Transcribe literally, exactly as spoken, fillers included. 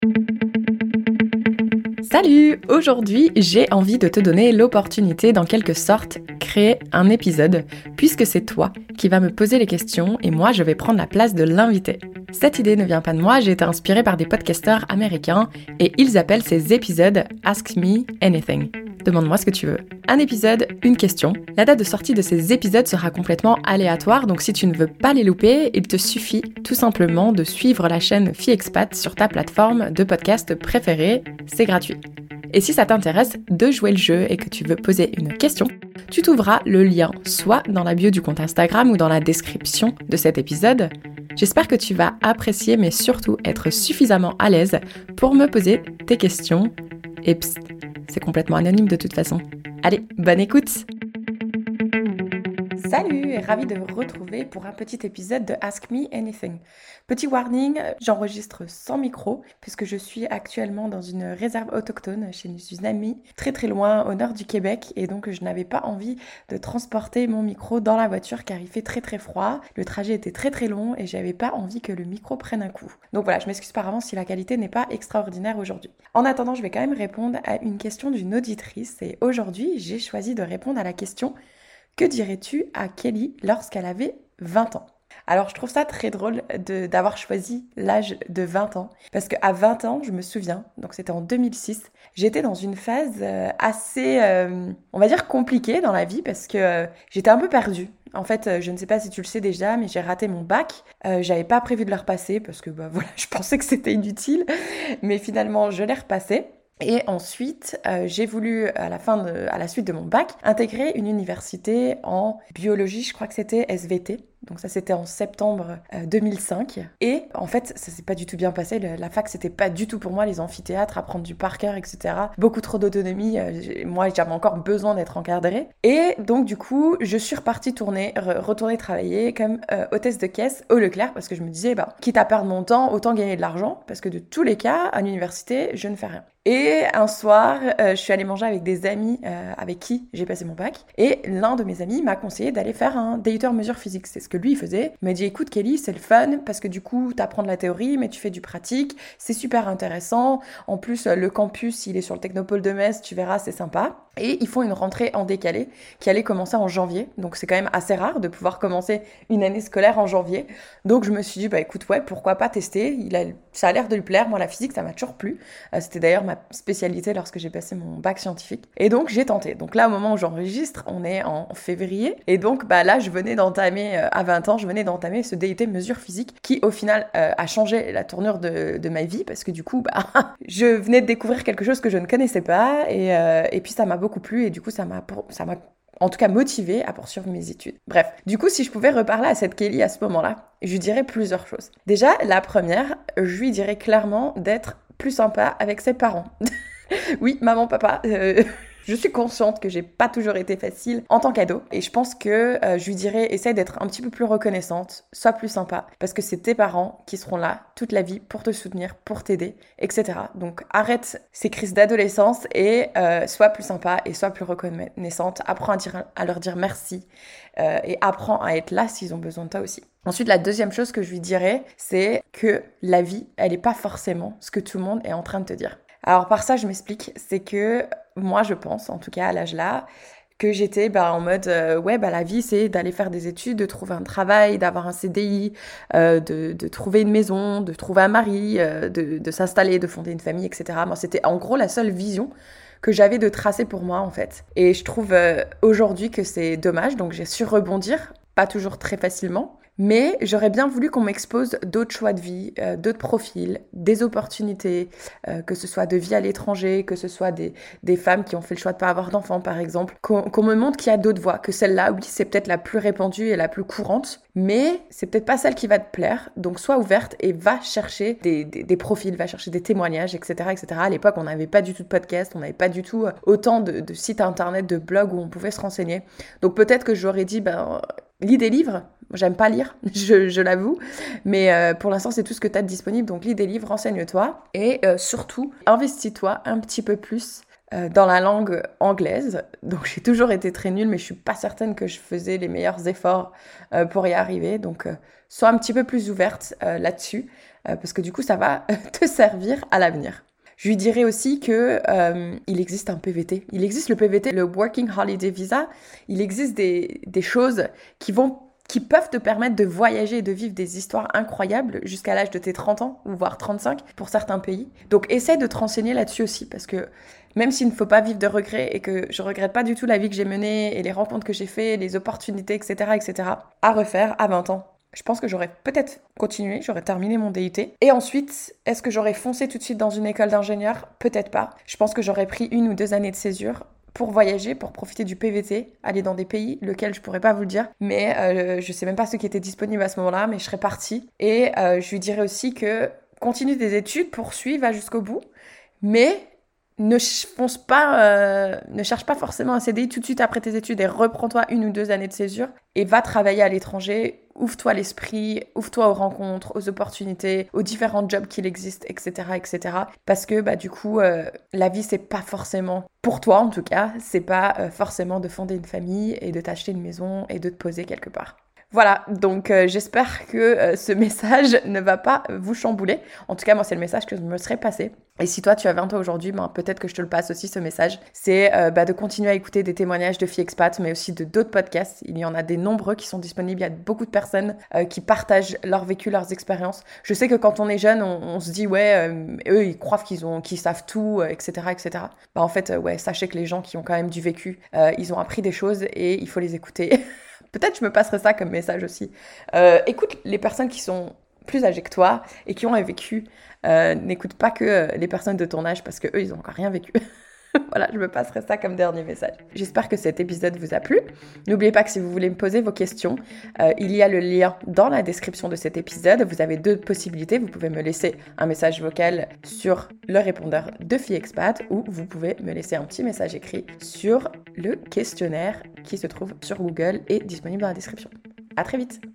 Salut! Aujourd'hui, j'ai envie de te donner l'opportunité d'en quelque sorte créer un épisode, puisque c'est toi qui vas me poser les questions et moi je vais prendre la place de l'invité. Cette idée ne vient pas de moi, j'ai été inspirée par des podcasteurs américains et ils appellent ces épisodes Ask Me Anything. Demande-moi ce que tu veux. Un épisode, une question. La date de sortie de ces épisodes sera complètement aléatoire, donc si tu ne veux pas les louper, il te suffit tout simplement de suivre la chaîne FiExpat sur ta plateforme de podcast préférée, c'est gratuit. Et si ça t'intéresse de jouer le jeu et que tu veux poser une question, tu trouveras le lien soit dans la bio du compte Instagram ou dans la description de cet épisode. J'espère que tu vas apprécier mais surtout être suffisamment à l'aise pour me poser tes questions. Et psst, c'est complètement anonyme de toute façon. Allez, bonne écoute! Salut et ravie de vous retrouver pour un petit épisode de Ask Me Anything. Petit warning, j'enregistre sans micro puisque je suis actuellement dans une réserve autochtone chez une amie très très loin au nord du Québec et donc je n'avais pas envie de transporter mon micro dans la voiture car il fait très très froid, le trajet était très très long et j'avais pas envie que le micro prenne un coup. Donc voilà, je m'excuse par avance si la qualité n'est pas extraordinaire aujourd'hui. En attendant, je vais quand même répondre à une question d'une auditrice et aujourd'hui j'ai choisi de répondre à la question: que dirais-tu à Kelly lorsqu'elle avait vingt ans? Alors je trouve ça très drôle de, d'avoir choisi l'âge de vingt ans, parce qu'à vingt ans, je me souviens, donc c'était en deux mille six, j'étais dans une phase euh, assez, euh, on va dire, compliquée dans la vie, parce que euh, j'étais un peu perdue. En fait, euh, je ne sais pas si tu le sais déjà, mais j'ai raté mon bac. Euh, j'avais pas prévu de le repasser, parce que bah, voilà, je pensais que c'était inutile, mais finalement, je l'ai repassé. Et ensuite, euh, j'ai voulu, à la fin de, à la suite de mon bac, intégrer une université en biologie, je crois que c'était S V T. Donc ça, c'était en septembre euh, deux mille cinq. Et en fait, ça s'est pas du tout bien passé. Le, la fac, c'était pas du tout pour moi, les amphithéâtres, apprendre du par cœur, et cetera. Beaucoup trop d'autonomie. Euh, moi, j'avais encore besoin d'être encadrée. Et donc, du coup, je suis repartie tourner, re- retourner travailler comme euh, hôtesse de caisse au Leclerc parce que je me disais, bah, quitte à perdre mon temps, autant gagner de l'argent parce que de tous les cas, à l'université, je ne fais rien. Et un soir, euh, je suis allée manger avec des amis euh, avec qui j'ai passé mon bac. Et l'un de mes amis m'a conseillé d'aller faire un débuteur mesure physique. C'est ce que lui il faisait. Il m'a dit: écoute Kelly, c'est le fun parce que du coup, t'apprends de la théorie, mais tu fais du pratique. C'est super intéressant. En plus, le campus, il est sur le Technopole de Metz. Tu verras, c'est sympa. Et ils font une rentrée en décalé qui allait commencer en janvier. Donc c'est quand même assez rare de pouvoir commencer une année scolaire en janvier. Donc je me suis dit, bah écoute, ouais, pourquoi pas tester. Il a, ça a l'air de lui plaire. Moi, la physique, ça m'a toujours plu. Euh, c'était d'ailleurs ma spécialité lorsque j'ai passé mon bac scientifique. Et donc j'ai tenté. Donc là, au moment où j'enregistre, on est en février. Et donc bah là, je venais d'entamer, euh, à vingt ans, je venais d'entamer ce D U T mesure physique qui au final euh, a changé la tournure de, de ma vie parce que du coup, bah, je venais de découvrir quelque chose que je ne connaissais pas. Et, euh, et puis ça m'a beaucoup plu et du coup ça m'a, ça m'a en tout cas motivée à poursuivre mes études. Bref, du coup si je pouvais reparler à cette Kelly à ce moment-là, je lui dirais plusieurs choses. Déjà, la première, je lui dirais clairement d'être plus sympa avec ses parents. Oui, maman, papa, euh, je suis consciente que j'ai pas toujours été facile en tant qu'ado et je pense que euh, je lui dirais essaye d'être un petit peu plus reconnaissante, sois plus sympa parce que c'est tes parents qui seront là toute la vie pour te soutenir, pour t'aider, et cetera. Donc arrête ces crises d'adolescence et euh, sois plus sympa et sois plus reconnaissante. Apprends à, dire, à leur dire merci euh, et apprends à être là s'ils ont besoin de toi aussi. Ensuite, la deuxième chose que je lui dirais, c'est que la vie, elle est pas forcément ce que tout le monde est en train de te dire. Alors par ça, je m'explique, c'est que moi je pense, en tout cas à l'âge là, que j'étais bah, en mode euh, ouais bah la vie c'est d'aller faire des études, de trouver un travail, d'avoir un C D I, euh, de, de trouver une maison, de trouver un mari, euh, de, de s'installer, de fonder une famille, et cetera. Moi c'était en gros la seule vision que j'avais de tracer pour moi en fait. Et je trouve euh, aujourd'hui que c'est dommage, donc j'ai su rebondir, pas toujours très facilement. Mais j'aurais bien voulu qu'on m'expose d'autres choix de vie, euh, d'autres profils, des opportunités, euh, que ce soit de vie à l'étranger, que ce soit des, des femmes qui ont fait le choix de ne pas avoir d'enfants par exemple, qu'on, qu'on me montre qu'il y a d'autres voies, que celle-là, oui, c'est peut-être la plus répandue et la plus courante, mais c'est peut-être pas celle qui va te plaire, donc sois ouverte et va chercher des, des, des profils, va chercher des témoignages, et cetera, et cetera. À l'époque, on n'avait pas du tout de podcast, on n'avait pas du tout autant de, de sites internet, de blogs où on pouvait se renseigner. Donc peut-être que j'aurais dit, ben, lis des livres. J'aime pas lire, je, je l'avoue, mais euh, pour l'instant c'est tout ce que tu as de disponible, donc lis des livres, renseigne-toi et euh, surtout investis-toi un petit peu plus euh, dans la langue anglaise. Donc j'ai toujours été très nulle, mais je suis pas certaine que je faisais les meilleurs efforts euh, pour y arriver. Donc euh, sois un petit peu plus ouverte euh, là-dessus, euh, parce que du coup ça va te servir à l'avenir. Je lui dirais aussi que euh, il existe un P V T. Il existe le P V T, le Working Holiday Visa. Il existe des, des choses qui vont qui peuvent te permettre de voyager et de vivre des histoires incroyables jusqu'à l'âge de tes trente ans, ou voire trente-cinq pour certains pays. Donc essaie de te renseigner là-dessus aussi, parce que même s'il ne faut pas vivre de regrets et que je regrette pas du tout la vie que j'ai menée et les rencontres que j'ai faites, les opportunités, et cetera, et cetera, à refaire à vingt ans, je pense que j'aurais peut-être continué, j'aurais terminé mon D U T. Et ensuite, est-ce que j'aurais foncé tout de suite dans une école d'ingénieur ? Peut-être pas. Je pense que j'aurais pris une ou deux années de césure pour voyager, pour profiter du P V T, aller dans des pays, lequel je pourrais pas vous le dire, mais euh, je sais même pas ce qui était disponible à ce moment-là, mais je serais partie. Et euh, je lui dirais aussi que continue tes études, poursuis, va jusqu'au bout, mais ne fonce pas, euh, ne cherche pas forcément un C D I tout de suite après tes études et reprends-toi une ou deux années de césure et va travailler à l'étranger. Ouvre-toi l'esprit, ouvre-toi aux rencontres, aux opportunités, aux différents jobs qu'il existe, et cetera, et cetera. Parce que bah du coup, euh, la vie c'est pas forcément, pour toi en tout cas, c'est pas euh, forcément de fonder une famille et de t'acheter une maison et de te poser quelque part. Voilà, donc euh, j'espère que euh, ce message ne va pas vous chambouler. En tout cas, moi, c'est le message que je me serais passé. Et si toi, tu as vingt ans aujourd'hui, ben, peut-être que je te le passe aussi, ce message. C'est euh, bah, de continuer à écouter des témoignages de filles expats, mais aussi de d'autres podcasts. Il y en a des nombreux qui sont disponibles. Il y a beaucoup de personnes euh, qui partagent leur vécu, leurs expériences. Je sais que quand on est jeune, on, on se dit, ouais, euh, eux, ils croient qu'ils ont, qu'ils savent tout, euh, et cetera, et cetera. Bah, en fait, euh, ouais, sachez que les gens qui ont quand même du vécu, euh, ils ont appris des choses et il faut les écouter. Peut-être je me passerai ça comme message aussi. Euh, écoute les personnes qui sont plus âgées que toi et qui ont un vécu. Euh, n'écoute pas que euh, les personnes de ton âge parce que eux ils ont encore rien vécu. Voilà, je me passerai ça comme dernier message. J'espère que cet épisode vous a plu. N'oubliez pas que si vous voulez me poser vos questions, euh, il y a le lien dans la description de cet épisode. Vous avez deux possibilités. Vous pouvez me laisser un message vocal sur le répondeur de Filles Expat ou vous pouvez me laisser un petit message écrit sur le questionnaire qui se trouve sur Google et disponible dans la description. À très vite.